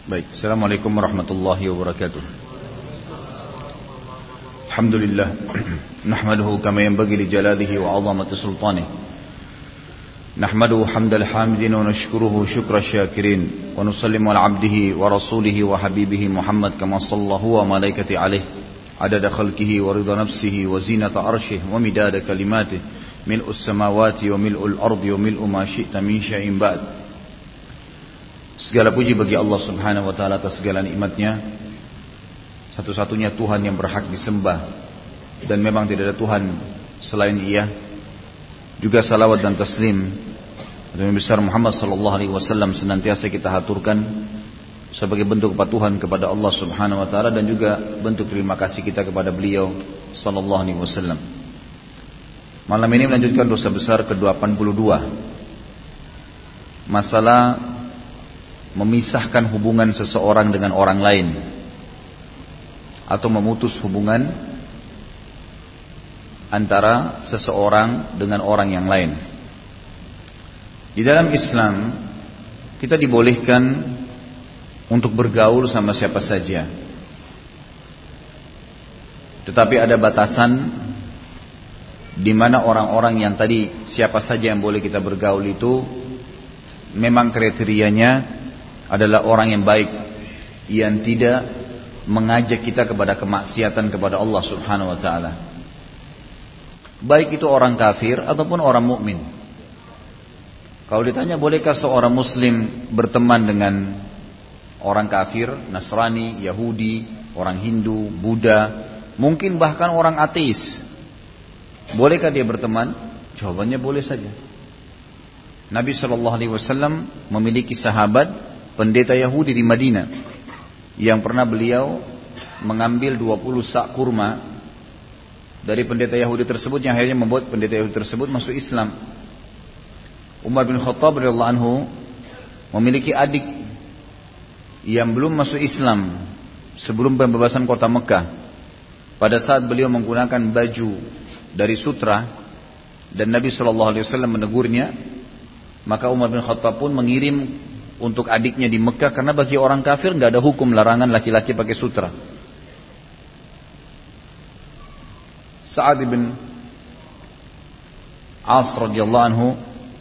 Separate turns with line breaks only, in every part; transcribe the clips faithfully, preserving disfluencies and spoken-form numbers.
Baik, Assalamualaikum warahmatullahi wabarakatuh. Alhamdulillah, nahmaduhu kama yanbaghi li jalalihi wa 'azamati sultanih. Nahmaduhu hamdal hamidin wa nashkuruhu syukra syakirin wa nusallimu ala 'abdihi wa rasulihi wa habibihi Muhammad kama sallallahu wa malaikati alaihi adada khalqihi wa ridha nafsihi wa zinata arshih wa midada kalimatih mil'us samawati wa mil'ul ardi wa mil'u ma syi'ta min syai'in ba'd. Segala puji bagi Allah subhanahu wa ta'ala atas segala nikmatnya. Satu-satunya Tuhan yang berhak disembah, dan memang tidak ada Tuhan selain Ia. Juga salawat dan taslim Nabi besar Muhammad sallallahu alaihi wasallam senantiasa kita haturkan sebagai bentuk kepatuhan kepada Allah subhanahu wa ta'ala, dan juga bentuk terima kasih kita kepada beliau sallallahu alaihi wasallam. Malam ini melanjutkan dosa besar ke delapan puluh dua, masalah memisahkan hubungan seseorang dengan orang lain atau memutus hubungan antara seseorang dengan orang yang lain. Di dalam Islam kita dibolehkan untuk bergaul sama siapa saja, tetapi ada batasan di mana orang-orang yang tadi siapa saja yang boleh kita bergaul itu memang kriterianya adalah orang yang baik, yang tidak mengajak kita kepada kemaksiatan kepada Allah subhanahu wa ta'ala. Baik itu orang kafir ataupun orang mukmin. Kalau ditanya bolehkah seorang muslim berteman dengan orang kafir, Nasrani, Yahudi, orang Hindu, Buddha, mungkin bahkan orang ateis, bolehkah dia berteman? Jawabannya boleh saja. Nabi shallallahu alaihi wasallam memiliki sahabat pendeta Yahudi di Madinah yang pernah beliau mengambil dua puluh sak kurma dari pendeta Yahudi tersebut, yang akhirnya membuat pendeta Yahudi tersebut masuk Islam. Umar bin Khattab radhiyallahu anhu memiliki adik yang belum masuk Islam sebelum pembebasan kota Mekah. Pada saat beliau menggunakan baju dari sutra dan Nabi shallallahu alaihi wasallam menegurnya, maka Umar bin Khattab pun mengirim untuk adiknya di Mekah, karena bagi orang kafir nggak ada hukum larangan laki-laki pakai sutra. Sa'ad bin As radhiyallahu anhu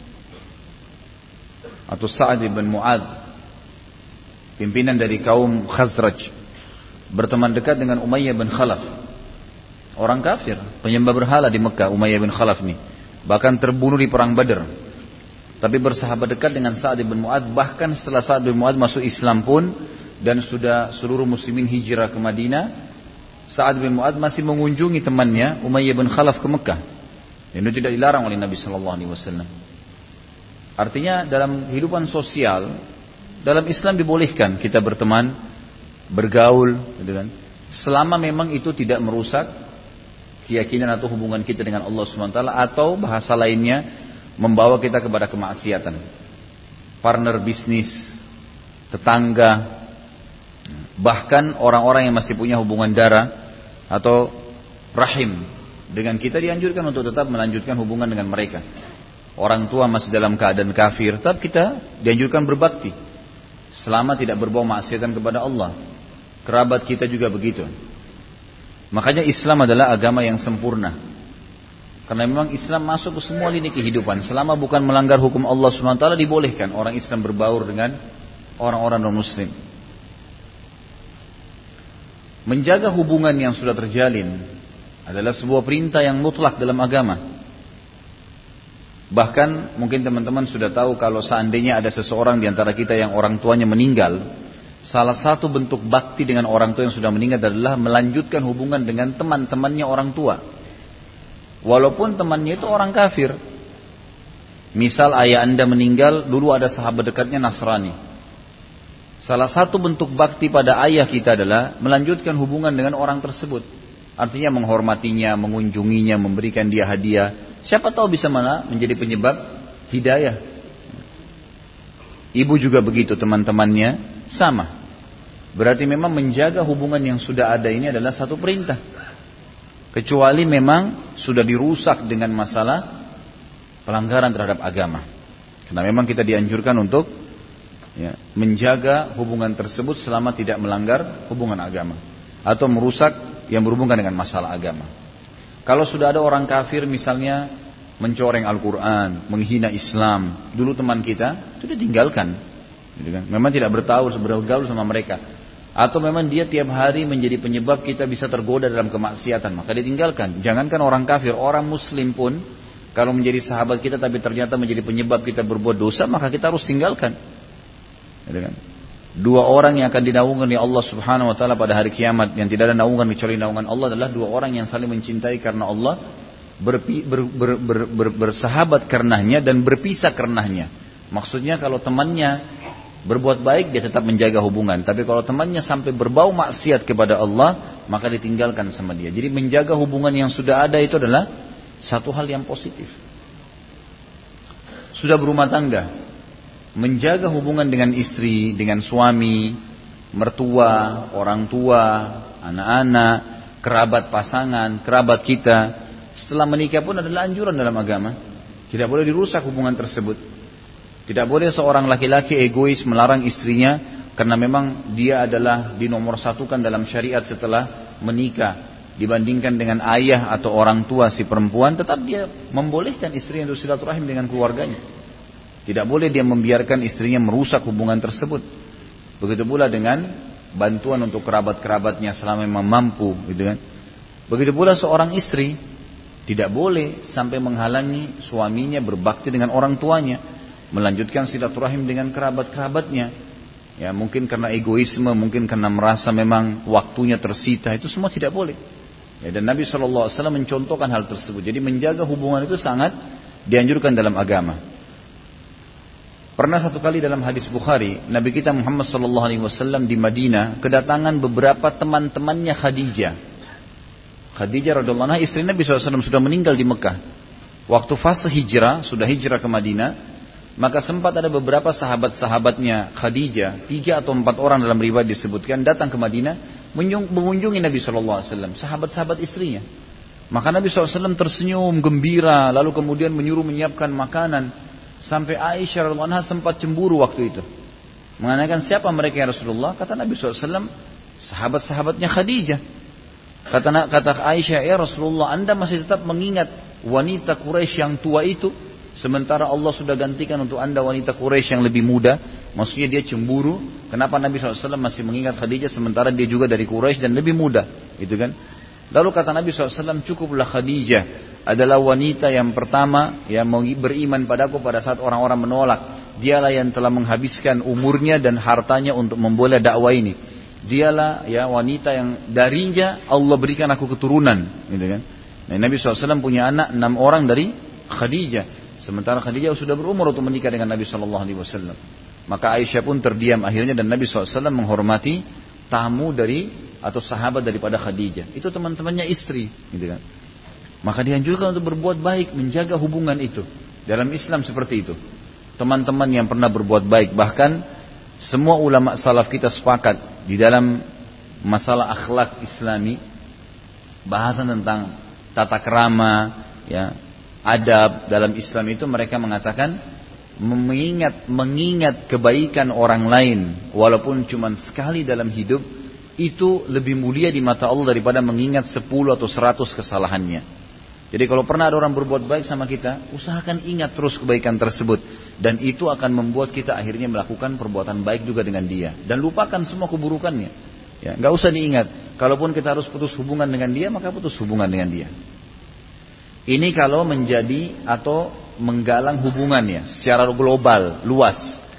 atau Sa'ad bin Mu'adz, pimpinan dari kaum Khazraj, berteman dekat dengan Umayyah bin Khalaf, orang kafir, penyembah berhala di Mekah. Umayyah bin Khalaf nih bahkan terbunuh di perang Badar, tapi bersahabat dekat dengan Sa'ad bin Mu'adz. Bahkan setelah Sa'ad bin Mu'adz masuk Islam pun dan sudah seluruh muslimin hijrah ke Madinah, Sa'ad bin Mu'adz masih mengunjungi temannya Umayyah bin Khalaf ke Mekah. Dan itu tidak dilarang oleh Nabi sallallahu alaihi wasallam. Artinya dalam kehidupan sosial, dalam Islam dibolehkan kita berteman, bergaul, gitu kan, selama memang itu tidak merusak keyakinan atau hubungan kita dengan Allah subhanahu wa taala, atau bahasa lainnya membawa kita kepada kemaksiatan. Partner bisnis, tetangga, bahkan orang-orang yang masih punya hubungan darah atau rahim dengan kita dianjurkan untuk tetap melanjutkan hubungan dengan mereka. Orang tua masih dalam keadaan kafir, tetap kita dianjurkan berbakti selama tidak berbau maksiatan kepada Allah. Kerabat kita juga begitu. Makanya Islam adalah agama yang sempurna, karena memang Islam masuk ke semua lini kehidupan. Selama bukan melanggar hukum Allah subhanahu wa taala, dibolehkan orang Islam berbaur dengan orang-orang non-muslim. Menjaga hubungan yang sudah terjalin adalah sebuah perintah yang mutlak dalam agama. Bahkan mungkin teman-teman sudah tahu, kalau seandainya ada seseorang di antara kita yang orang tuanya meninggal, salah satu bentuk bakti dengan orang tua yang sudah meninggal adalah melanjutkan hubungan dengan teman-temannya orang tua, walaupun temannya itu orang kafir. Misal ayah anda meninggal, dulu ada sahabat dekatnya Nasrani. Salah satu bentuk bakti pada ayah kita adalah melanjutkan hubungan dengan orang tersebut. Artinya menghormatinya, mengunjunginya, memberikan dia hadiah. Siapa tahu bisa mana menjadi penyebab hidayah. Ibu juga begitu, teman-temannya sama. Berarti memang menjaga hubungan yang sudah ada ini adalah satu perintah. Kecuali memang sudah dirusak dengan masalah pelanggaran terhadap agama. Karena memang kita dianjurkan untuk ya, menjaga hubungan tersebut selama tidak melanggar hubungan agama atau merusak yang berhubungan dengan masalah agama. Kalau sudah ada orang kafir misalnya mencoreng Al-Quran, menghina Islam, dulu teman kita itu ditinggalkan, gitu kan? Memang tidak bertaul, bergaul sama mereka, atau memang dia tiap hari menjadi penyebab kita bisa tergoda dalam kemaksiatan, maka ditinggalkan. Jangankan orang kafir, orang Muslim pun kalau menjadi sahabat kita tapi ternyata menjadi penyebab kita berbuat dosa, maka kita harus tinggalkan. Dua orang yang akan dinaungan oleh Allah Subhanahu Wa Taala pada hari kiamat, yang tidak ada naungan kecuali naungan Allah, adalah dua orang yang saling mencintai karena Allah, berpi, ber, ber, ber, ber, bersahabat karenanya dan berpisah karenanya. Maksudnya kalau temannya berbuat baik dia tetap menjaga hubungan, tapi kalau temannya sampai berbau maksiat kepada Allah, maka ditinggalkan sama dia. Jadi menjaga hubungan yang sudah ada itu adalah satu hal yang positif. Sudah berumah tangga, menjaga hubungan dengan istri, dengan suami, mertua, orang tua, anak-anak, kerabat pasangan, kerabat kita, setelah menikah pun adalah anjuran dalam agama. Tidak boleh dirusak hubungan tersebut. Tidak boleh seorang laki-laki egois melarang istrinya karena memang dia adalah dinomorsatukan dalam syariat setelah menikah dibandingkan dengan ayah atau orang tua si perempuan, tetap dia membolehkan istrinya untuk silaturahim dengan keluarganya. Tidak boleh dia membiarkan istrinya merusak hubungan tersebut. Begitu pula dengan bantuan untuk kerabat-kerabatnya selama memang mampu, gitu kan. Begitu pula seorang istri tidak boleh sampai menghalangi suaminya berbakti dengan orang tuanya, melanjutkan silaturahim dengan kerabat-kerabatnya. Ya, mungkin karena egoisme, mungkin karena merasa memang waktunya tersita, itu semua tidak boleh. Ya, dan Nabi shallallahu alaihi wasallam mencontohkan hal tersebut. Jadi menjaga hubungan itu sangat dianjurkan dalam agama. Pernah satu kali dalam hadis Bukhari, Nabi kita Muhammad sallallahu alaihi wasallam di Madinah kedatangan beberapa teman-temannya Khadijah. Khadijah radhiyallahu anha istri Nabi shallallahu alaihi wasallam sudah meninggal di Mekah. Waktu fase hijrah, sudah hijrah ke Madinah, maka sempat ada beberapa sahabat-sahabatnya Khadijah, tiga atau empat orang dalam riwayat disebutkan, datang ke Madinah mengunjungi Nabi shallallahu alaihi wasallam, sahabat-sahabat istrinya. Maka Nabi shallallahu alaihi wasallam tersenyum gembira, lalu kemudian menyuruh menyiapkan makanan. Sampai Aisyah radhiyallahu anha sempat cemburu waktu itu, menanyakan siapa mereka ya Rasulullah. Kata Nabi shallallahu alaihi wasallam, sahabat-sahabatnya Khadijah. Kata, kata Aisyah, ya Rasulullah, Anda masih tetap mengingat wanita Quraisy yang tua itu, sementara Allah sudah gantikan untuk Anda wanita Quraisy yang lebih muda. Maksudnya dia cemburu, kenapa Nabi shallallahu alaihi wasallam masih mengingat Khadijah sementara dia juga dari Quraisy dan lebih muda, gitu kan? Lalu kata Nabi shallallahu alaihi wasallam, cukuplah Khadijah adalah wanita yang pertama yang beriman padaku pada saat orang-orang menolak. Dialah yang telah menghabiskan umurnya dan hartanya untuk membela dakwah ini. Dialah ya wanita yang darinya Allah berikan aku keturunan, gitu kan? Nah, Nabi shallallahu alaihi wasallam punya anak enam orang dari Khadijah, sementara Khadijah sudah berumur untuk menikah dengan Nabi shallallahu alaihi wasallam. Maka Aisyah pun terdiam akhirnya, dan Nabi shallallahu alaihi wasallam menghormati tamu dari atau sahabat daripada Khadijah. Itu teman-temannya istri, gitu kan? Maka dianjurkan untuk berbuat baik, menjaga hubungan itu. Dalam Islam seperti itu. Teman-teman yang pernah berbuat baik, bahkan semua ulama salaf kita sepakat di dalam masalah akhlak Islami, bahasan tentang tata krama, ya, adab dalam Islam itu, mereka mengatakan mengingat mengingat kebaikan orang lain walaupun cuma sekali dalam hidup itu lebih mulia di mata Allah daripada mengingat sepuluh atau seratus kesalahannya. Jadi kalau pernah ada orang berbuat baik sama kita, usahakan ingat terus kebaikan tersebut, dan itu akan membuat kita akhirnya melakukan perbuatan baik juga dengan dia, dan lupakan semua keburukannya. Ya, nggak usah diingat. Kalaupun kita harus putus hubungan dengan dia, maka putus hubungan dengan dia. Ini kalau menjadi atau menggalang hubungannya secara global, luas.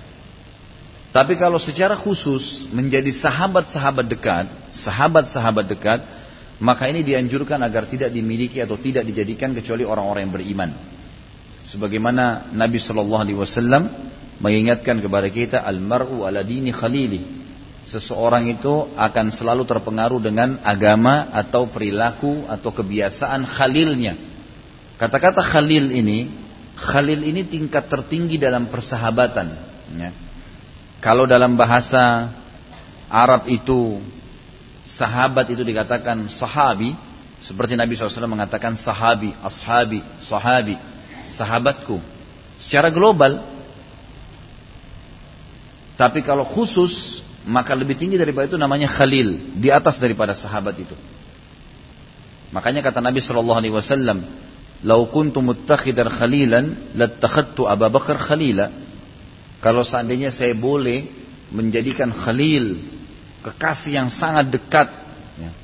Tapi kalau secara khusus menjadi sahabat-sahabat dekat, sahabat-sahabat dekat, maka ini dianjurkan agar tidak dimiliki atau tidak dijadikan kecuali orang-orang yang beriman. Sebagaimana Nabi shallallahu alaihi wasallam mengingatkan kepada kita, al-mar'u ala dini khalili. Seseorang itu akan selalu terpengaruh dengan agama atau perilaku atau kebiasaan khalilnya. Kata-kata khalil ini, khalil ini tingkat tertinggi dalam persahabatan. Ya. Kalau dalam bahasa Arab itu sahabat itu dikatakan sahabi, seperti Nabi shallallahu alaihi wasallam mengatakan sahabi, ashabi, sahabi, sahabatku. Secara global, Tapi kalau khusus, maka lebih tinggi daripada itu namanya khalil, di atas daripada sahabat itu. Makanya kata Nabi shallallahu alaihi wasallam, "Lau kuntu muttakhidan khalilan, lattakhadtu Abu Bakar khalila." Kalau seandainya saya boleh menjadikan khalil, kekasih yang sangat dekat, ya,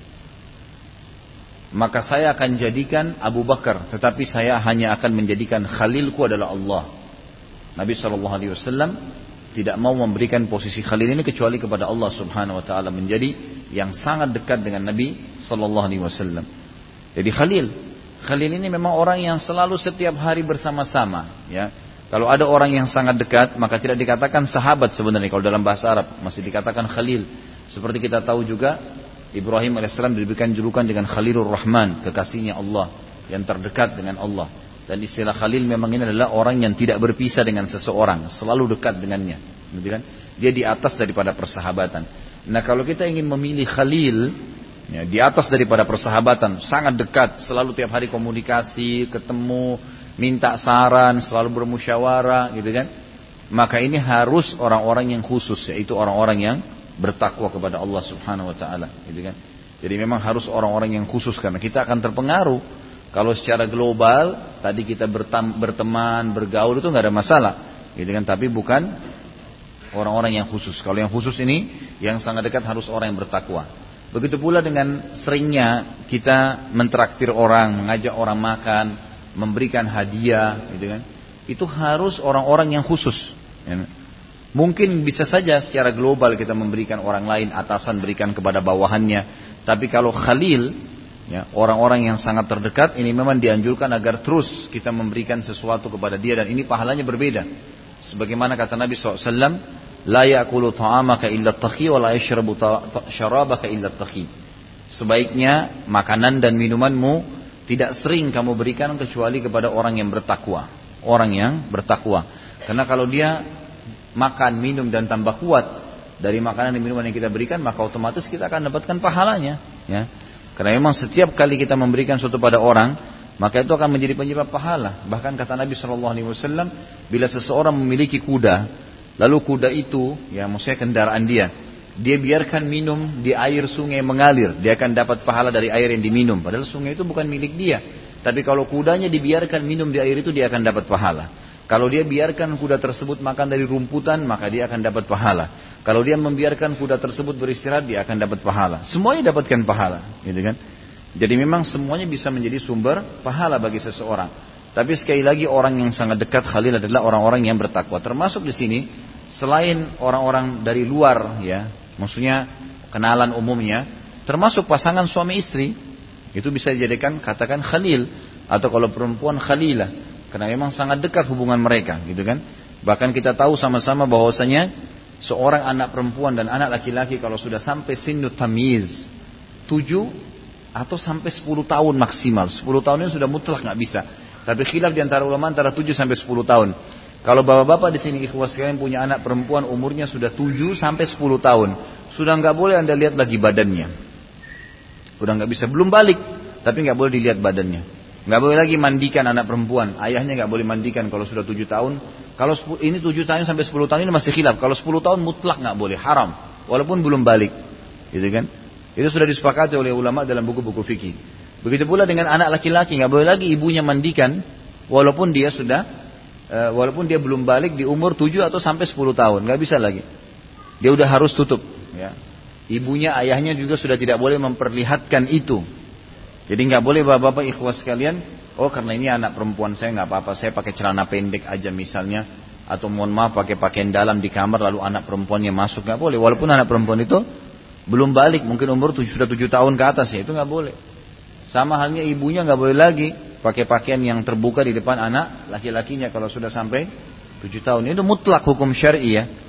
maka saya akan jadikan Abu Bakar. Tetapi saya hanya akan menjadikan khalilku adalah Allah. Nabi shallallahu alaihi wasallam tidak mau memberikan posisi khalil ini kecuali kepada Allah subhanahu wa ta'ala, menjadi yang sangat dekat dengan Nabi sallallahu alaihi wasallam. Jadi khalil, khalil ini memang orang yang selalu setiap hari bersama-sama, ya. Kalau ada orang yang sangat dekat, maka tidak dikatakan sahabat sebenarnya kalau dalam bahasa Arab, masih dikatakan khalil. Seperti kita tahu juga Ibrahim alaihissalam diberikan julukan dengan Khalilur Rahman, kekasihnya Allah, yang terdekat dengan Allah. Dan istilah khalil memang ini adalah orang yang tidak berpisah dengan seseorang, selalu dekat dengannya, gitu kan? Dia di atas daripada persahabatan. Nah, kalau kita ingin memilih khalil, ya, di atas daripada persahabatan, sangat dekat, selalu tiap hari komunikasi, ketemu, minta saran, selalu bermusyawarah, gitu kan? Maka ini harus orang-orang yang khusus, yaitu orang-orang yang bertakwa kepada Allah Subhanahu Wa Taala, gitu kan? Jadi memang harus orang-orang yang khusus, karena kita akan terpengaruh. Kalau secara global, tadi kita bertam, berteman, bergaul itu nggak ada masalah, gitu kan? Tapi bukan orang-orang yang khusus. Kalau yang khusus ini, yang sangat dekat harus orang yang bertakwa. Begitu pula dengan seringnya kita mentraktir orang, mengajak orang makan, memberikan hadiah, gitu kan? Itu harus orang-orang yang khusus. Ya. Mungkin bisa saja secara global kita memberikan orang lain, atasan berikan kepada bawahannya. Tapi kalau khalil, ya, orang-orang yang sangat terdekat ini memang dianjurkan agar terus kita memberikan sesuatu kepada dia, dan ini pahalanya berbeda. Sebagaimana kata Nabi shallallahu alaihi wasallam, "La ya'kulu ta'amaka illa at-taqi wa la yashrabu syarabaka illa at-taqi." Sebaiknya makanan dan minumanmu tidak sering kamu berikan kecuali kepada orang yang bertakwa, orang yang bertakwa. Karena kalau dia makan, minum dan tambah kuat dari makanan dan minuman yang kita berikan, maka otomatis kita akan dapatkan pahalanya, ya. Karena memang setiap kali kita memberikan sesuatu pada orang, maka itu akan menjadi penyebab pahala. Bahkan kata Nabi shallallahu alaihi wasallam, bila seseorang memiliki kuda, lalu kuda itu, ya maksudnya kendaraan dia, dia biarkan minum di air sungai mengalir, dia akan dapat pahala dari air yang diminum. Padahal sungai itu bukan milik dia. Tapi kalau kudanya dibiarkan minum di air itu, dia akan dapat pahala. Kalau dia biarkan kuda tersebut makan dari rumputan, maka dia akan dapat pahala. Kalau dia membiarkan kuda tersebut beristirahat, dia akan dapat pahala. Semuanya dapatkan pahala, gitu kan? Jadi memang semuanya bisa menjadi sumber pahala bagi seseorang. Tapi sekali lagi orang yang sangat dekat khalil adalah orang-orang yang bertakwa. Termasuk di sini selain orang-orang dari luar, ya, maksudnya kenalan umumnya, termasuk pasangan suami istri, itu bisa dijadikan katakan khalil, atau kalau perempuan khalilah. Karena memang sangat dekat hubungan mereka, gitu kan? Bahkan kita tahu sama-sama bahwasanya seorang anak perempuan dan anak laki-laki kalau sudah sampai sinnu tamyiz, tujuh atau sampai sepuluh tahun maksimal. sepuluh tahun ini sudah mutlak nggak bisa. Tapi khilaf di antara ulama antara tujuh sampai sepuluh tahun. Kalau bapak-bapak di sini ikhwas sekalian punya anak perempuan umurnya sudah tujuh sampai sepuluh tahun, sudah nggak boleh Anda lihat lagi badannya. Udah nggak bisa, belum balik, tapi nggak boleh dilihat badannya. Nggak boleh lagi mandikan anak perempuan, ayahnya nggak boleh mandikan kalau sudah tujuh tahun. Kalau ini tujuh tahun sampai sepuluh tahun ini masih khilaf. Kalau sepuluh tahun mutlak nggak boleh, haram, walaupun belum balik, gitu kan? Itu sudah disepakati oleh ulama dalam buku-buku fikih. Begitu pula dengan anak laki-laki, nggak boleh lagi ibunya mandikan, walaupun dia sudah, uh, walaupun dia belum balik di umur tujuh atau sampai sepuluh tahun, nggak bisa lagi. Dia udah harus tutup, ya. Ibunya, ayahnya juga sudah tidak boleh memperlihatkan itu. Jadi nggak boleh bapak-bapak ikhwas sekalian, oh karena ini anak perempuan saya nggak apa-apa, saya pakai celana pendek aja misalnya, atau mohon maaf pakai pakaian dalam di kamar lalu anak perempuannya masuk, nggak boleh. Walaupun anak perempuan itu belum balik, mungkin umur tujuh, sudah tujuh tahun ke atas, ya itu nggak boleh. Sama halnya ibunya nggak boleh lagi pakai pakaian yang terbuka di depan anak laki-lakinya kalau sudah sampai tujuh tahun. Itu mutlak hukum syar'i, ya.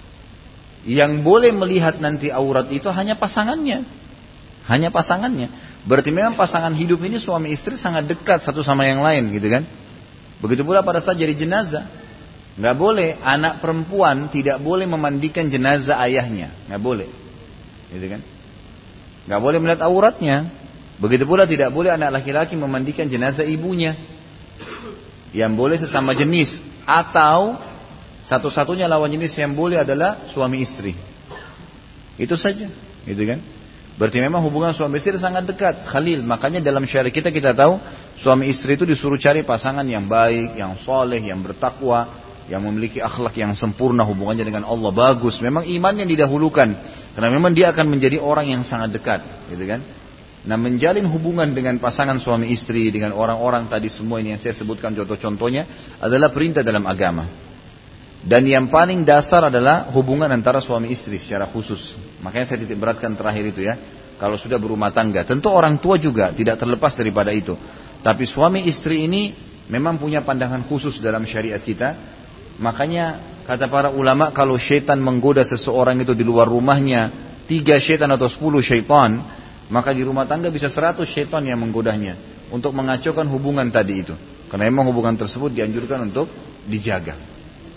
Yang boleh melihat nanti aurat itu hanya pasangannya, hanya pasangannya. Berarti memang pasangan hidup ini suami istri sangat dekat satu sama yang lain, gitu kan? Begitu pula pada saat jadi jenazah, nggak boleh anak perempuan tidak boleh memandikan jenazah ayahnya, nggak boleh, gitu kan? Nggak boleh melihat auratnya. Begitu pula tidak boleh anak laki-laki memandikan jenazah ibunya. Yang boleh sesama jenis atau Satu-satunya lawan jenis yang boleh adalah suami istri. Itu saja, gitu kan? Berarti memang hubungan suami istri sangat dekat, khalil. Makanya dalam syariat kita kita tahu suami istri itu disuruh cari pasangan yang baik, yang soleh, yang bertakwa, yang memiliki akhlak yang sempurna, hubungannya dengan Allah bagus. Memang imannya didahulukan, karena memang dia akan menjadi orang yang sangat dekat, gitu kan? Nah, menjalin hubungan dengan pasangan suami istri, dengan orang-orang tadi semua ini yang saya sebutkan contoh-contohnya adalah perintah dalam agama. Dan yang paling dasar adalah hubungan antara suami istri secara khusus. Makanya saya titik beratkan terakhir itu ya. Kalau sudah berumah tangga, tentu orang tua juga tidak terlepas daripada itu. Tapi suami istri ini memang punya pandangan khusus dalam syariat kita. Makanya kata para ulama, kalau syaitan menggoda seseorang itu di luar rumahnya, tiga syaitan atau sepuluh syaitan, maka di rumah tangga bisa seratus syaitan yang menggodanya untuk mengacaukan hubungan tadi itu. Karena memang hubungan tersebut dianjurkan untuk dijaga.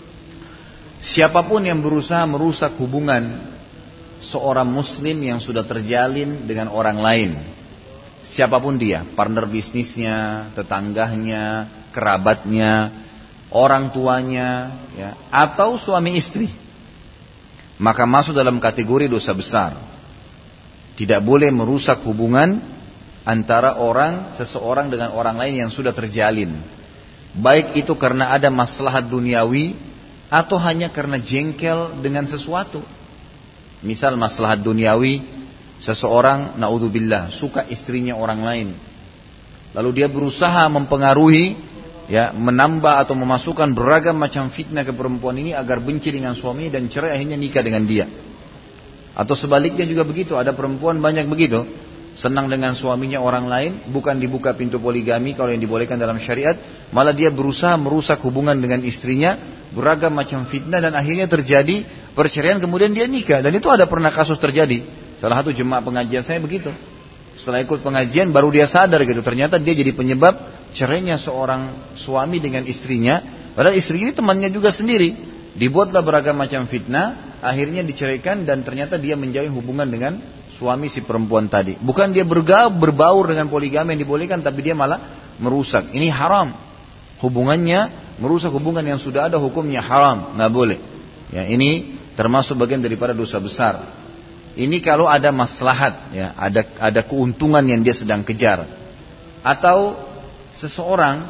Siapapun yang berusaha merusak hubungan seorang muslim yang sudah terjalin dengan orang lain, siapapun dia, partner bisnisnya, tetangganya, kerabatnya, orang tuanya, ya, atau suami istri, maka masuk dalam kategori dosa besar. Tidak boleh merusak hubungan antara orang, seseorang dengan orang lain yang sudah terjalin. Baik itu karena ada maslahat duniawi, atau hanya karena jengkel dengan sesuatu. Misal maslahat duniawi, seseorang naudzubillah suka istrinya orang lain, lalu dia berusaha mempengaruhi, ya, menambah atau memasukkan beragam macam fitnah ke perempuan ini agar benci dengan suami dan cerai, akhirnya nikah dengan dia. Atau sebaliknya juga begitu, ada perempuan banyak begitu, senang dengan suaminya orang lain, bukan dibuka pintu poligami kalau yang dibolehkan dalam syariat, malah dia berusaha merusak hubungan dengan istrinya, beragam macam fitnah, dan akhirnya terjadi perceraian, kemudian dia nikah. Dan itu ada pernah kasus terjadi. Salah satu jemaah pengajian saya begitu. Setelah ikut pengajian baru dia sadar gitu, ternyata dia jadi penyebab cerainya seorang suami dengan istrinya, padahal istri ini temannya juga sendiri. Dibuatlah beragam macam fitnah, akhirnya diceraikan, dan ternyata dia menjalin hubungan dengan suami si perempuan tadi. Bukan dia bergaul, berbaur dengan poligami yang dibolehkan, tapi dia malah merusak. Ini haram. Hubungannya merusak hubungan yang sudah ada, hukumnya haram, nggak boleh. Ya, ini termasuk bagian daripada dosa besar. Ini kalau ada maslahat, ya, ada ada keuntungan yang dia sedang kejar, atau seseorang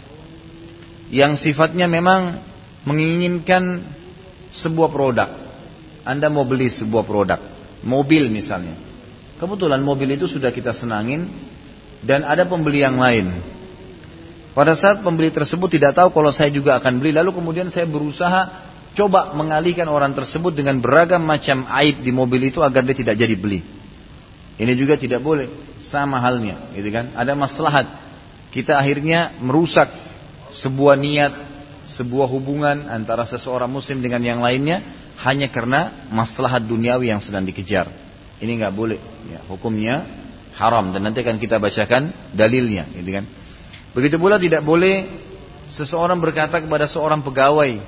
yang sifatnya memang menginginkan sebuah produk. Anda mau beli sebuah produk, mobil misalnya. Kebetulan mobil itu sudah kita senangin dan ada pembeli yang lain. Pada saat pembeli tersebut tidak tahu kalau saya juga akan beli, lalu kemudian saya berusaha coba mengalihkan orang tersebut dengan beragam macam aib di mobil itu agar dia tidak jadi beli. Ini juga tidak boleh, sama halnya, gitu kan? Ada maslahat. Kita akhirnya merusak sebuah niat, sebuah hubungan antara seseorang muslim dengan yang lainnya hanya karena maslahat duniawi yang sedang dikejar. Ini nggak boleh, ya, hukumnya haram, dan nanti akan kita bacakan dalilnya, gitu kan? Begitu pula tidak boleh seseorang berkata kepada seorang pegawai,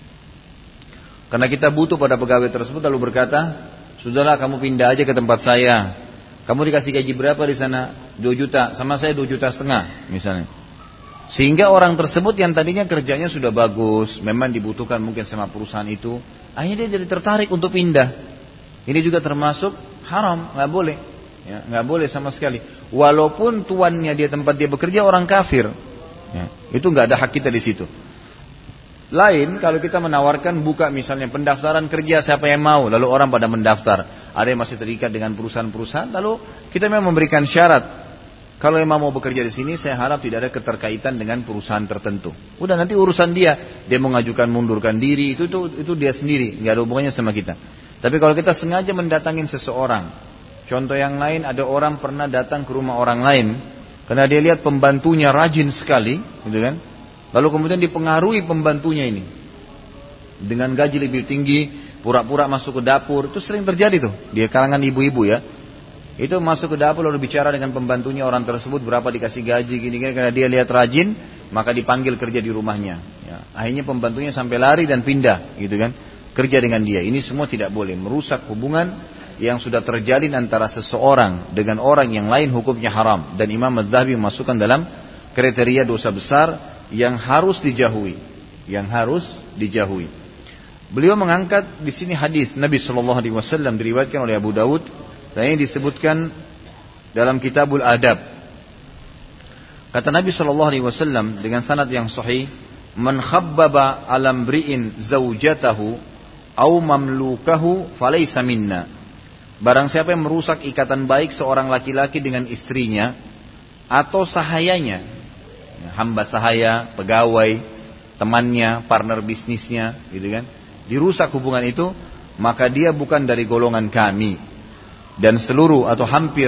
karena kita butuh pada pegawai tersebut, lalu berkata, sudahlah kamu pindah aja ke tempat saya. Kamu dikasih gaji berapa di sana? dua juta, sama saya dua juta setengah misalnya. Sehingga orang tersebut yang tadinya kerjanya sudah bagus, memang dibutuhkan mungkin sama perusahaan itu, akhirnya dia jadi tertarik untuk pindah. Ini juga termasuk haram, nggak boleh. Ya, nggak boleh sama sekali. Walaupun tuannya dia tempat dia bekerja orang kafir, ya, itu nggak ada hak kita di situ. Lain kalau kita menawarkan buka misalnya pendaftaran kerja siapa yang mau, lalu orang pada mendaftar. Ada yang masih terikat dengan perusahaan-perusahaan, lalu kita memang memberikan syarat. Kalau emang mau bekerja di sini, saya harap tidak ada keterkaitan dengan perusahaan tertentu. Udah nanti urusan dia, dia mau ngajukan mundurkan diri, itu itu itu dia sendiri, nggak ada hubungannya sama kita. Tapi kalau kita sengaja mendatangin seseorang. Contoh yang lain, ada orang pernah datang ke rumah orang lain karena dia lihat pembantunya rajin sekali, gitu kan? Lalu kemudian dipengaruhi pembantunya ini dengan gaji lebih tinggi, pura-pura masuk ke dapur. Itu sering terjadi tuh di kalangan ibu-ibu ya. Itu masuk ke dapur lalu bicara dengan pembantunya orang tersebut berapa dikasih gaji gini-gini, karena dia lihat rajin, maka dipanggil kerja di rumahnya. Ya, akhirnya pembantunya sampai lari dan pindah, gitu kan? Kerja dengan dia. Ini semua tidak boleh, merusak hubungan yang sudah terjalin antara seseorang dengan orang yang lain, hukumnya haram. Dan Imam Adz-Dzahabi memasukkan dalam kriteria dosa besar yang harus dijauhi, yang harus dijauhi. Beliau mengangkat di sini hadis Nabi Shallallahu Alaihi Wasallam diriwayatkan oleh Abu Daud dan ini disebutkan dalam Kitabul Adab. Kata Nabi Shallallahu Alaihi Wasallam dengan sanad yang sahih, "Man khabbaba alam bri'in zaujatahu au mamlukahu falaysa minna." Barang siapa yang merusak ikatan baik seorang laki-laki dengan istrinya atau sahayanya, hamba sahaya, pegawai, temannya, partner bisnisnya, gitu kan? Dirusak hubungan itu, maka dia bukan dari golongan kami. Dan seluruh atau hampir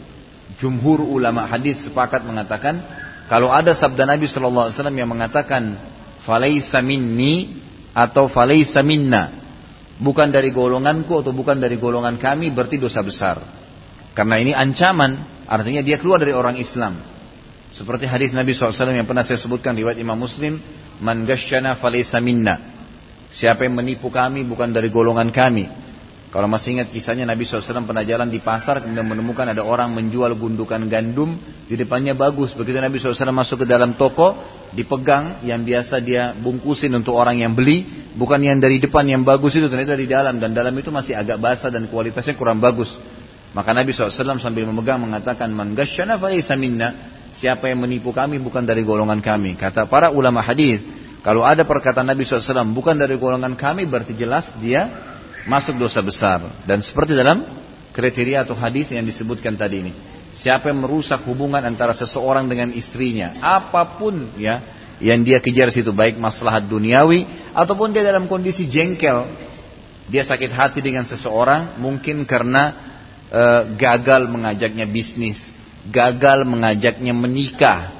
jumhur ulama hadis sepakat mengatakan, kalau ada sabda Nabi Shallallahu Alaihi Wasallam yang mengatakan falaysa minni atau falaysa minna, bukan dari golonganku atau bukan dari golongan kami, berarti dosa besar. Karena ini ancaman, artinya dia keluar dari orang Islam. Seperti hadis Nabi shallallahu alaihi wasallam yang pernah saya sebutkan riwayat Imam Muslim, "Man ghasyana falaysa minna." Siapa yang menipu kami bukan dari golongan kami. Kalau masih ingat kisahnya, Nabi shallallahu alaihi wasallam pernah jalan di pasar, kemudian menemukan ada orang menjual gundukan gandum, di depannya bagus. Begitu Nabi shallallahu alaihi wasallam masuk ke dalam toko, dipegang, yang biasa dia bungkusin untuk orang yang beli, bukan yang dari depan yang bagus itu, ternyata di dalam, dan dalam itu masih agak basah dan kualitasnya kurang bagus. Maka Nabi shallallahu alaihi wasallam sambil memegang mengatakan, "Man ghasyana falaysa minna." Siapa yang menipu kami bukan dari golongan kami. Kata para ulama hadis, kalau ada perkataan Nabi shallallahu alaihi wasallam bukan dari golongan kami, berarti jelas dia masuk dosa besar. Dan seperti dalam kriteria atau hadis yang disebutkan tadi ini, siapa yang merusak hubungan antara seseorang dengan istrinya, apapun ya yang dia kejar situ, baik maslahat duniawi ataupun dia dalam kondisi jengkel, dia sakit hati dengan seseorang, mungkin karena e, gagal mengajaknya bisnis, gagal mengajaknya menikah,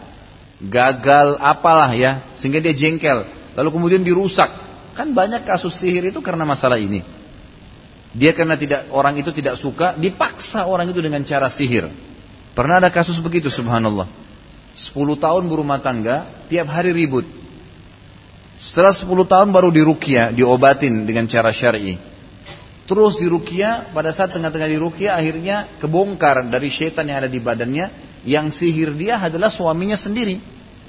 gagal apalah ya, sehingga dia jengkel, lalu kemudian dirusak. Kan banyak kasus sihir itu karena masalah ini. Dia karena tidak, orang itu tidak suka, dipaksa orang itu dengan cara sihir. Pernah ada kasus begitu, subhanallah. sepuluh tahun berumah tangga, tiap hari ribut. Setelah sepuluh tahun baru diruqyah, diobatin dengan cara syar'i. Terus diruqyah, pada saat tengah-tengah diruqyah, akhirnya kebongkar dari syaitan yang ada di badannya, yang sihir dia adalah suaminya sendiri.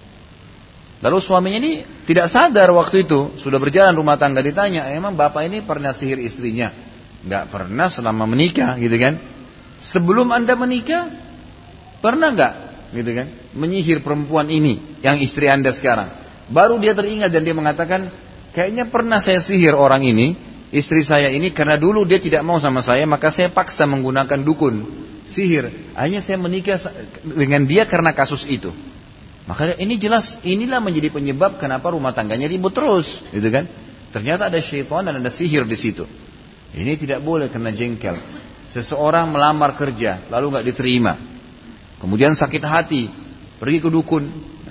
Lalu suaminya ini tidak sadar waktu itu, sudah berjalan rumah tangga, ditanya, emang bapak ini pernah sihir istrinya? Enggak pernah selama menikah, gitu kan? Sebelum anda menikah, pernah enggak, gitu kan, menyihir perempuan ini, yang istri anda sekarang? Baru dia teringat dan dia mengatakan, kayaknya pernah saya sihir orang ini, istri saya ini, karena dulu dia tidak mau sama saya, maka saya paksa menggunakan dukun, sihir. Akhirnya saya menikah dengan dia karena kasus itu. Maka ini jelas, inilah menjadi penyebab kenapa rumah tangganya ribut terus, gitu kan? Ternyata ada syaitan dan ada sihir di situ. Ini tidak boleh karena jengkel. Seseorang melamar kerja lalu nggak diterima, kemudian sakit hati, pergi ke dukun,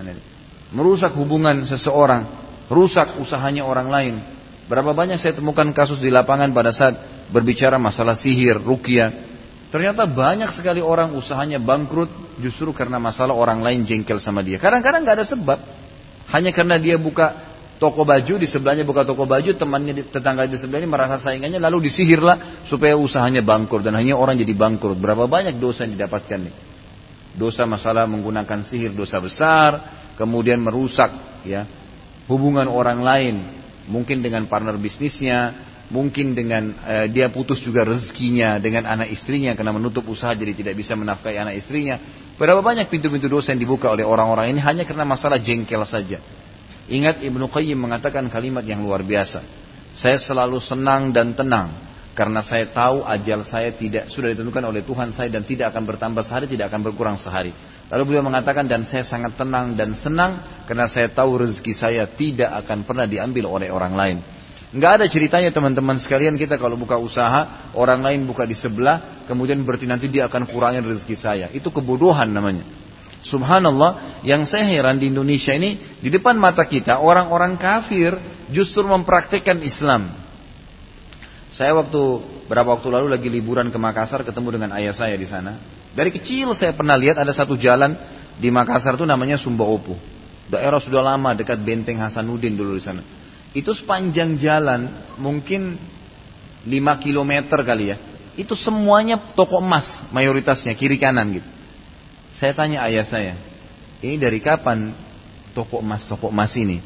merusak hubungan seseorang, rusak usahanya orang lain. Berapa banyak saya temukan kasus di lapangan pada saat berbicara masalah sihir, ruqyah. Ternyata banyak sekali orang usahanya bangkrut justru karena masalah orang lain jengkel sama dia. Kadang-kadang nggak ada sebab, hanya karena dia buka toko baju, di sebelahnya buka toko baju, temannya tetangga di sebelahnya merasa saingannya, lalu disihirlah supaya usahanya bangkrut, dan hanya orang jadi bangkrut. Berapa banyak dosa yang didapatkan nih? Dosa masalah menggunakan sihir, dosa besar, kemudian merusak ya hubungan orang lain, mungkin dengan partner bisnisnya, mungkin dengan eh, dia putus juga rezekinya dengan anak istrinya karena menutup usaha jadi tidak bisa menafkahi anak istrinya. Berapa banyak pintu-pintu dosa yang dibuka oleh orang-orang ini hanya karena masalah jengkel saja. Ingat, Ibnu Qayyim mengatakan kalimat yang luar biasa. Saya selalu senang dan tenang karena saya tahu ajal saya tidak sudah ditentukan oleh Tuhan saya dan tidak akan bertambah sehari, tidak akan berkurang sehari. Lalu beliau mengatakan, dan saya sangat tenang dan senang karena saya tahu rezeki saya tidak akan pernah diambil oleh orang lain. Enggak ada ceritanya teman-teman sekalian, kita kalau buka usaha, orang lain buka di sebelah, kemudian berarti nanti dia akan kurangin rezeki saya. Itu kebodohan namanya. Subhanallah, yang saya heran di Indonesia ini, di depan mata kita orang-orang kafir justru mempraktikkan Islam. Saya waktu berapa waktu lalu lagi liburan ke Makassar, ketemu dengan ayah saya di sana. Dari kecil saya pernah lihat ada satu jalan di Makassar itu namanya Sumba Opu. Daerah sudah lama dekat Benteng Hasanuddin dulu di sana. Itu sepanjang jalan mungkin lima kilometer kali ya. Itu semuanya toko emas mayoritasnya, kiri kanan gitu. Saya tanya ayah saya, ini dari kapan toko emas toko emas ini?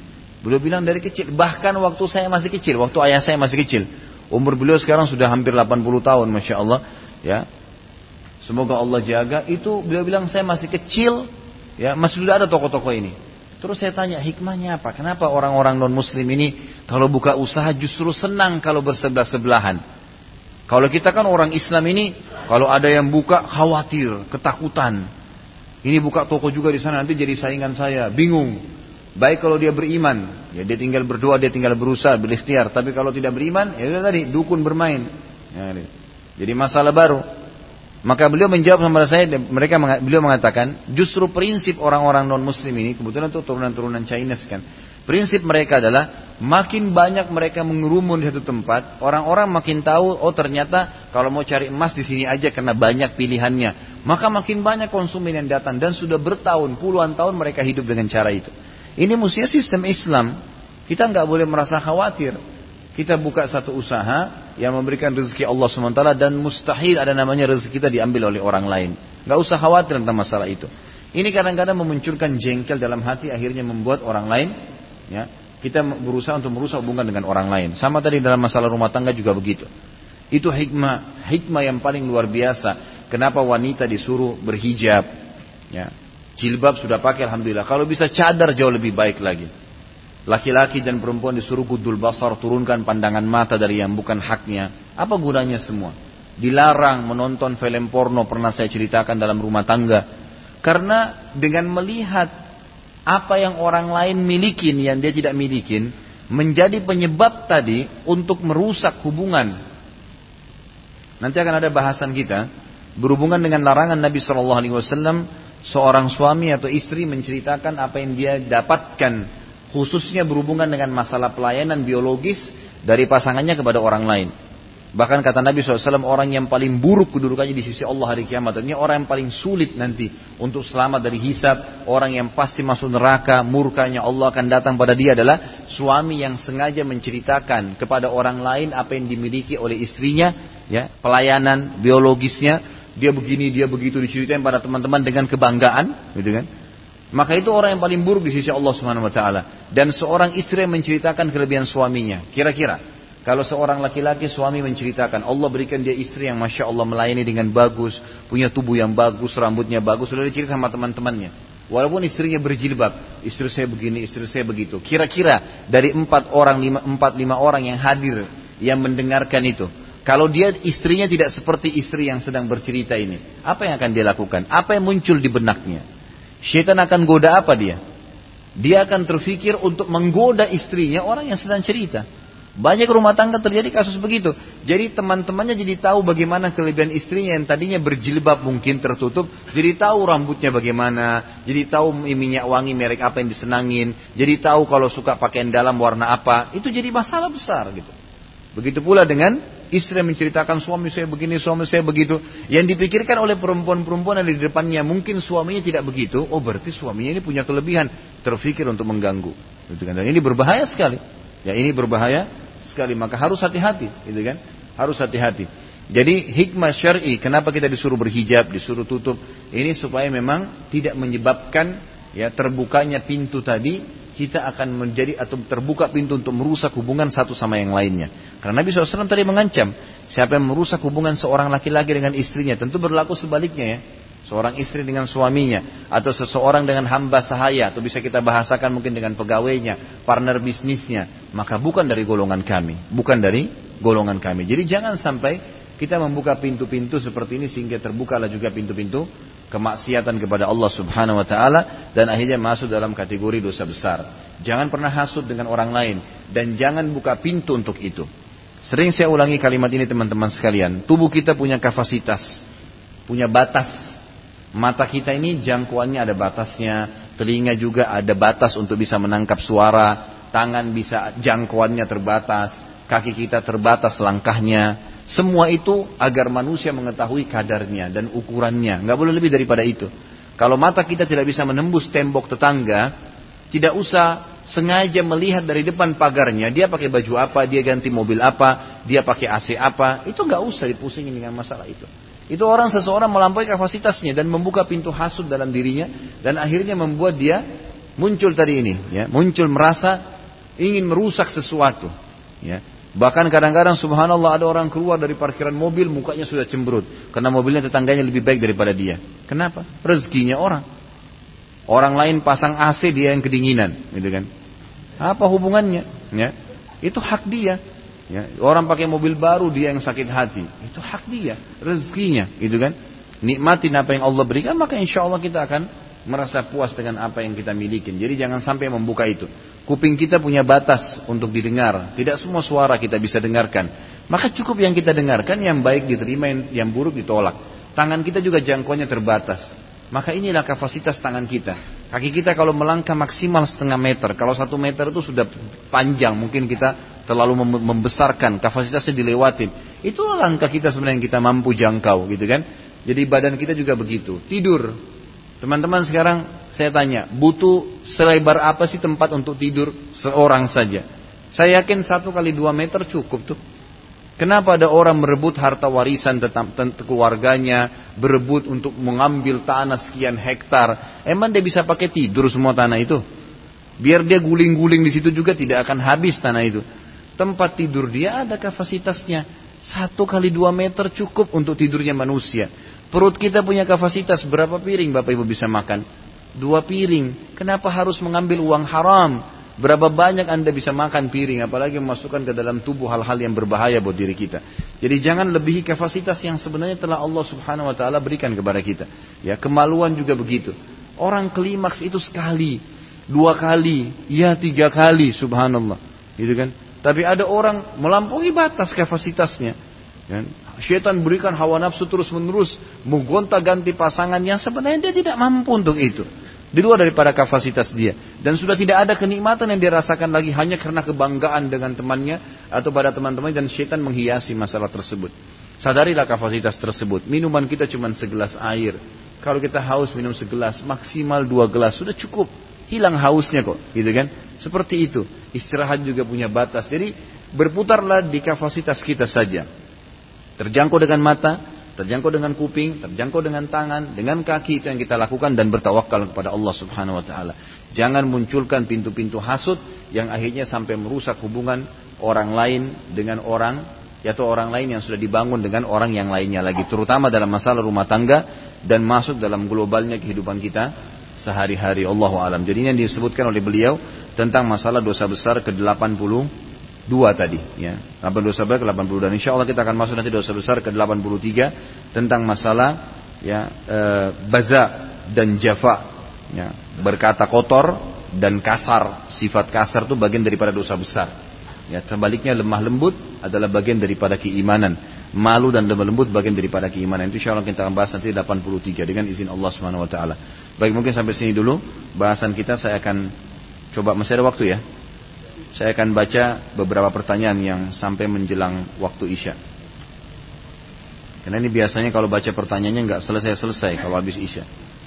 Beliau bilang dari kecil, bahkan waktu saya masih kecil, waktu ayah saya masih kecil. Umur beliau sekarang sudah hampir delapan puluh tahun, Masya Allah. Ya, semoga Allah jaga. Itu beliau bilang saya masih kecil, ya masih sudah ada tokoh-tokoh ini. Terus saya tanya, hikmahnya apa? Kenapa orang-orang non-muslim ini kalau buka usaha justru senang kalau bersebelah-sebelahan? Kalau kita kan orang Islam ini, kalau ada yang buka khawatir, ketakutan. Ini buka toko juga di sana, nanti jadi saingan saya, bingung. Baik kalau dia beriman, ya dia tinggal berdoa, dia tinggal berusaha, berikhtiar. Tapi kalau tidak beriman, ya tadi dukun bermain. Ya, jadi masalah baru. Maka beliau menjawab kepada saya, mereka beliau mengatakan, justru prinsip orang-orang non-muslim ini, kebetulan itu turunan-turunan Chinese kan. Prinsip mereka adalah makin banyak mereka mengerumun di satu tempat, orang-orang makin tahu, oh ternyata kalau mau cari emas di sini aja karena banyak pilihannya. Maka makin banyak konsumen yang datang dan sudah bertahun, puluhan tahun mereka hidup dengan cara itu. Ini mestinya sistem Islam. Kita nggak boleh merasa khawatir. Kita buka satu usaha yang memberikan rezeki Allah subhanahu wa taala dan mustahil ada namanya rezeki kita diambil oleh orang lain. Nggak usah khawatir tentang masalah itu. Ini kadang-kadang memunculkan jengkel dalam hati, akhirnya membuat orang lain, ya, kita berusaha untuk merusak hubungan dengan orang lain. Sama tadi dalam masalah rumah tangga juga begitu. Itu hikmah, hikmah yang paling luar biasa. Kenapa wanita disuruh berhijab? Ya, jilbab sudah pakai, alhamdulillah. Kalau bisa cadar jauh lebih baik lagi. Laki-laki dan perempuan disuruh gudul basar, turunkan pandangan mata dari yang bukan haknya. Apa gunanya semua? Dilarang menonton film porno, pernah saya ceritakan dalam rumah tangga. Karena dengan melihat apa yang orang lain milikin yang dia tidak milikin, menjadi penyebab tadi untuk merusak hubungan. Nanti akan ada bahasan kita berhubungan dengan larangan Nabi shallallahu alaihi wasallam, seorang suami atau istri menceritakan apa yang dia dapatkan, khususnya berhubungan dengan masalah pelayanan biologis dari pasangannya kepada orang lain. Bahkan kata Nabi shallallahu alaihi wasallam, orang yang paling buruk kedudukannya di sisi Allah hari kiamat, ini orang yang paling sulit nanti untuk selamat dari hisab, orang yang pasti masuk neraka, murkanya Allah akan datang pada dia adalah suami yang sengaja menceritakan kepada orang lain apa yang dimiliki oleh istrinya, ya, pelayanan biologisnya, dia begini, dia begitu, diceritain pada teman-teman dengan kebanggaan, gitu kan? Maka itu orang yang paling buruk di sisi Allah Subhanahu wa taala. Dan seorang istri yang menceritakan kelebihan suaminya. Kira-kira kalau seorang laki-laki suami menceritakan, Allah berikan dia istri yang Masya Allah melayani dengan bagus, punya tubuh yang bagus, rambutnya bagus, sudah dicerita sama teman-temannya. Walaupun istrinya berjilbab, istri saya begini, istri saya begitu. Kira-kira dari empat orang, lima, empat lima orang yang hadir, yang mendengarkan itu, kalau dia istrinya tidak seperti istri yang sedang bercerita ini, apa yang akan dia lakukan? Apa yang muncul di benaknya? Syaitan akan goda apa dia? Dia akan terfikir untuk menggoda istrinya orang yang sedang cerita. Banyak rumah tangga terjadi kasus begitu. Jadi teman-temannya jadi tahu bagaimana kelebihan istrinya yang tadinya berjilbab mungkin tertutup. Jadi tahu rambutnya bagaimana. Jadi tahu minyak wangi merek apa yang disenangin. Jadi tahu kalau suka pakaian dalam warna apa. Itu jadi masalah besar gitu. Begitu pula dengan istri yang menceritakan suami saya begini, suami saya begitu. Yang dipikirkan oleh perempuan-perempuan yang di depannya, mungkin suaminya tidak begitu. Oh berarti suaminya ini punya kelebihan. Terfikir untuk mengganggu. Dan ini berbahaya sekali. Ya ini berbahaya sekali. Maka harus hati-hati. Gitu kan? Harus hati-hati. Jadi hikmah syar'i, kenapa kita disuruh berhijab, disuruh tutup. Ini supaya memang tidak menyebabkan ya terbukanya pintu tadi. Kita akan menjadi atau terbuka pintu untuk merusak hubungan satu sama yang lainnya. Karena Nabi shallallahu alaihi wasallam tadi mengancam, siapa yang merusak hubungan seorang laki-laki dengan istrinya, tentu berlaku sebaliknya ya. Seorang istri dengan suaminya, atau seseorang dengan hamba sahaya, atau bisa kita bahasakan mungkin dengan pegawainya, partner bisnisnya, maka bukan dari golongan kami, bukan dari golongan kami. Jadi jangan sampai kita membuka pintu-pintu seperti ini sehingga terbukalah juga pintu-pintu kemaksiatan kepada Allah Subhanahu wa taala dan akhirnya masuk dalam kategori dosa besar. Jangan pernah hasud dengan orang lain dan jangan buka pintu untuk itu. Sering saya ulangi kalimat ini teman-teman sekalian. Tubuh kita punya kapasitas, punya batas. Mata kita ini jangkauannya ada batasnya, telinga juga ada batas untuk bisa menangkap suara, tangan bisa jangkauannya terbatas, kaki kita terbatas langkahnya. Semua itu agar manusia mengetahui kadarnya dan ukurannya. Nggak boleh lebih daripada itu. Kalau mata kita tidak bisa menembus tembok tetangga, tidak usah sengaja melihat dari depan pagarnya. Dia pakai baju apa, dia ganti mobil apa, dia pakai A C apa. Itu nggak usah dipusingin dengan masalah itu. Itu orang seseorang melampaui kapasitasnya dan membuka pintu hasud dalam dirinya. Dan akhirnya membuat dia muncul tadi ini. Ya, muncul merasa ingin merusak sesuatu. Ya. Bahkan kadang-kadang subhanallah ada orang keluar dari parkiran mobil mukanya sudah cemberut. Karena mobilnya tetangganya lebih baik daripada dia. Kenapa? Rezekinya orang. Orang lain pasang A C dia yang kedinginan. Gitu kan. Apa hubungannya? Ya. Itu hak dia. Ya. Orang pakai mobil baru dia yang sakit hati. Itu hak dia. Rezekinya. Gitu kan. Nikmatin apa yang Allah berikan maka insya Allah kita akan merasa puas dengan apa yang kita miliki. Jadi jangan sampai membuka itu. Kuping kita punya batas untuk didengar. Tidak semua suara kita bisa dengarkan. Maka cukup yang kita dengarkan, yang baik diterima, yang buruk ditolak. Tangan kita juga jangkauannya terbatas. Maka inilah kapasitas tangan kita. Kaki kita kalau melangkah maksimal setengah meter. Kalau satu meter itu sudah panjang. Mungkin kita terlalu membesarkan. Kapasitasnya dilewatin. Itulah langkah kita sebenarnya yang kita mampu jangkau. Gitu kan. Jadi badan kita juga begitu. Tidur. Teman-teman sekarang saya tanya, butuh selebar apa sih tempat untuk tidur seorang saja? Saya yakin satu kali dua meter cukup tuh. Kenapa ada orang merebut harta warisan tetap keluarganya, berebut untuk mengambil tanah sekian hektar? Emang dia bisa pakai tidur semua tanah itu? Biar dia guling-guling di situ juga tidak akan habis tanah itu. Tempat tidur dia ada kapasitasnya. Satu kali dua meter cukup untuk tidurnya manusia. Perut kita punya kapasitas berapa piring Bapak Ibu bisa makan? Dua piring. Kenapa harus mengambil uang haram? Berapa banyak Anda bisa makan piring? Apalagi memasukkan ke dalam tubuh hal-hal yang berbahaya buat diri kita. Jadi jangan lebihi kapasitas yang sebenarnya telah Allah Subhanahu Wa Taala berikan kepada kita. Ya, kemaluan juga begitu. Orang klimaks itu sekali, dua kali, ya tiga kali, subhanallah. Gitu kan? Tapi ada orang melampaui batas kapasitasnya. Kan? Syaitan berikan hawa nafsu terus menerus menggonta-ganti pasangan yang sebenarnya dia tidak mampu untuk itu. Di luar daripada kapasitas dia. Dan sudah tidak ada kenikmatan yang dia rasakan lagi hanya karena kebanggaan dengan temannya atau pada teman-temannya dan syaitan menghiasi masalah tersebut. Sadarilah kapasitas tersebut. Minuman kita cuma segelas air. Kalau kita haus minum segelas, maksimal dua gelas sudah cukup. Hilang hausnya kok, gitu kan? Seperti itu. Istirahat juga punya batas. Jadi berputarlah di kapasitas kita saja. Terjangkau dengan mata, terjangkau dengan kuping, terjangkau dengan tangan, dengan kaki, itu yang kita lakukan dan bertawakal kepada Allah Subhanahu Wa Taala. Jangan munculkan pintu-pintu hasud yang akhirnya sampai merusak hubungan orang lain dengan orang, yaitu orang lain yang sudah dibangun dengan orang yang lainnya lagi, terutama dalam masalah rumah tangga dan masuk dalam globalnya kehidupan kita sehari-hari. Allahu a'lam. Jadi yang disebutkan oleh beliau tentang masalah dosa besar ke delapan puluh dua tadi, ya. Apa dosa besar ke delapan puluh, dan insya Allah kita akan masuk nanti dosa besar ke delapan puluh tiga tentang masalah ya e, baza dan jafa, ya. Berkata kotor dan kasar, sifat kasar itu bagian daripada dosa besar. Ya, sebaliknya lemah lembut adalah bagian daripada keimanan. Malu dan lemah lembut bagian daripada keimanan. Itu insya Allah kita akan bahas nanti delapan puluh tiga dengan izin Allah Subhanahu Wa Taala. Baik, mungkin sampai sini dulu bahasan kita. Saya akan coba, masih ada waktu ya. Saya akan baca beberapa pertanyaan yang sampai menjelang waktu Isya. Karena ini biasanya kalau baca pertanyaannya nggak selesai-selesai kalau habis Isya.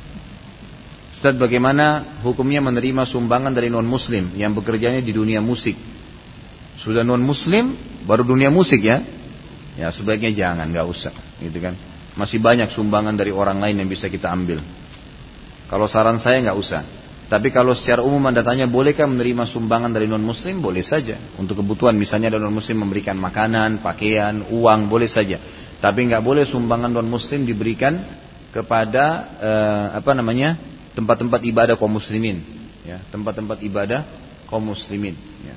Ustaz, bagaimana hukumnya menerima sumbangan dari non-muslim yang bekerjanya di dunia musik? Sudah non-muslim, baru dunia musik ya? Ya sebaiknya jangan, nggak usah, gitu kan? Masih banyak sumbangan dari orang lain yang bisa kita ambil. Kalau saran saya nggak usah. Tapi kalau secara umum Anda tanya, bolehkah menerima sumbangan dari non-muslim? Boleh saja. Untuk kebutuhan, misalnya ada non-muslim memberikan makanan, pakaian, uang, boleh saja. Tapi nggak boleh sumbangan non-muslim diberikan kepada eh, apa namanya tempat-tempat ibadah kaum muslimin. Ya, tempat-tempat ibadah kaum muslimin. Ya.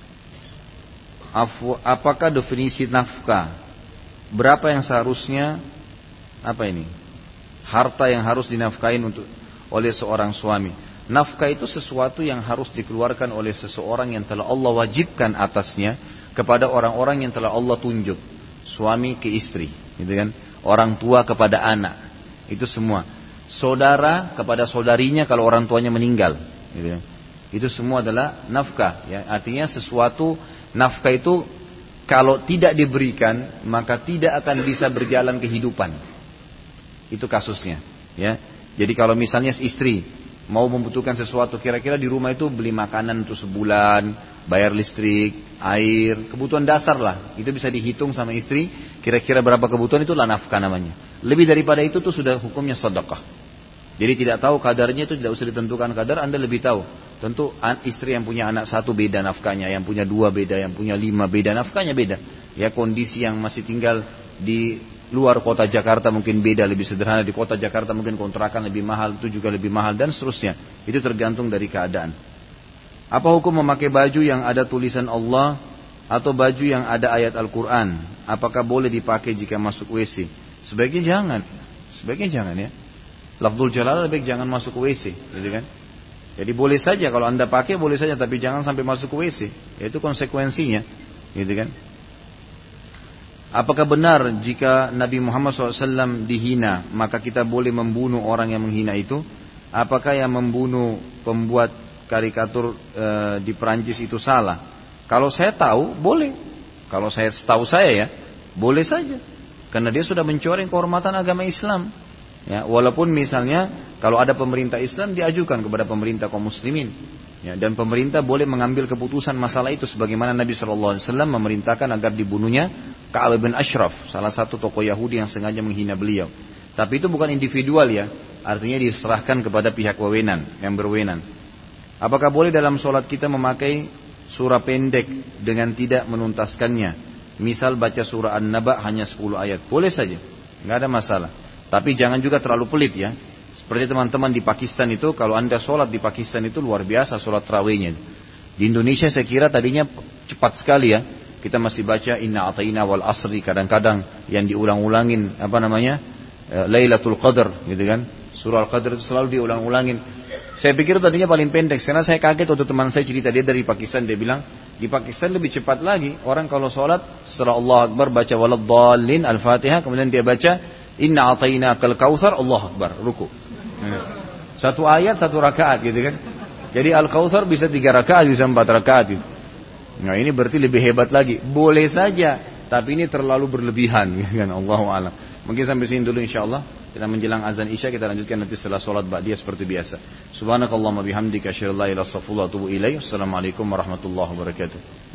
Afu, apakah definisi nafkah? Berapa yang seharusnya apa ini? Harta yang harus dinafkahin untuk oleh seorang suami. Nafkah itu sesuatu yang harus dikeluarkan oleh seseorang yang telah Allah wajibkan atasnya kepada orang-orang yang telah Allah tunjuk. Suami ke istri, gitu kan? Orang tua kepada anak, itu semua. Saudara kepada saudarinya kalau orang tuanya meninggal, gitu kan? Itu semua adalah nafkah. Ya. Artinya sesuatu, nafkah itu kalau tidak diberikan maka tidak akan bisa berjalan kehidupan. Itu kasusnya. Ya. Jadi kalau misalnya istri mau membutuhkan sesuatu, kira-kira di rumah itu beli makanan untuk sebulan, bayar listrik, air, kebutuhan dasar lah. Itu bisa dihitung sama istri, kira-kira berapa kebutuhan, itulah nafkah namanya. Lebih daripada itu tuh sudah hukumnya sedekah. Jadi tidak tahu kadarnya itu tidak usah ditentukan kadar, Anda lebih tahu. Tentu istri yang punya anak satu beda nafkahnya, yang punya dua beda, yang punya lima beda, nafkahnya beda. Ya kondisi yang masih tinggal di luar kota Jakarta mungkin beda, lebih sederhana. Di kota Jakarta mungkin kontrakan lebih mahal, itu juga lebih mahal dan seterusnya. Itu tergantung dari keadaan. Apa hukum memakai baju yang ada tulisan Allah atau baju yang ada ayat Al-Quran? Apakah boleh dipakai jika masuk W C? Sebaiknya jangan. Sebaiknya jangan ya. Lafzul jalalah lebih jangan masuk ke W C, gitu kan? Jadi boleh saja kalau anda pakai boleh saja, tapi jangan sampai masuk ke W C. Itu konsekuensinya, gitu kan? Apakah benar jika Nabi Muhammad shallallahu alaihi wasallam dihina, maka kita boleh membunuh orang yang menghina itu? Apakah yang membunuh pembuat karikatur e, di Perancis itu salah? Kalau saya tahu boleh. Kalau saya tahu saya ya boleh saja, karena dia sudah mencoreng kehormatan agama Islam. Ya, walaupun misalnya kalau ada pemerintah Islam diajukan kepada pemerintah kaum muslimin, ya, dan pemerintah boleh mengambil keputusan masalah itu, sebagaimana Nabi shallallahu alaihi wasallam memerintahkan agar dibunuhnya Ka'ab bin Ashraf, salah satu tokoh Yahudi yang sengaja menghina beliau. Tapi itu bukan individual ya, artinya diserahkan kepada pihak wewenang yang berwenang. Apakah boleh dalam sholat kita memakai surah pendek dengan tidak menuntaskannya? Misal baca surah An-Naba hanya sepuluh ayat, boleh saja, nggak ada masalah. Tapi jangan juga terlalu pelit ya. Seperti teman-teman di Pakistan itu, kalau anda sholat di Pakistan itu luar biasa sholat tarawihnya. Di Indonesia saya kira tadinya cepat sekali ya. Kita masih baca Inna Atayna wal Asri, kadang-kadang yang diulang-ulangin apa namanya Lailatul Qadar, gitu kan? Surah Al-Qadar itu selalu diulang-ulangin. Saya pikir tadinya paling pendek, karena saya kaget waktu teman saya cerita, dia dari Pakistan, dia bilang di Pakistan lebih cepat lagi. Orang kalau sholat setelah Allah Akbar baca Waladdallin Al-Fatihah, kemudian dia baca Inna Atayna kal Kautsar, Allah Akbar, ruku. Satu ayat satu rakaat gitu kan. Jadi Al-Kautsar bisa tiga rakaat, bisa empat rakaat gitu. Nah ini berarti lebih hebat lagi. Boleh saja, tapi ini terlalu berlebihan gitu kan. Allahu a'lam. Mungkin sampai sini dulu insyaallah. Kita menjelang azan Isya kita lanjutkan nanti setelah sholat ba'diyah seperti biasa. Subhanakallahumma bihamdika asyhadu an la ilaha illa anta astaghfiruka wa atubu ilaik. Assalamualaikum warahmatullahi wabarakatuh.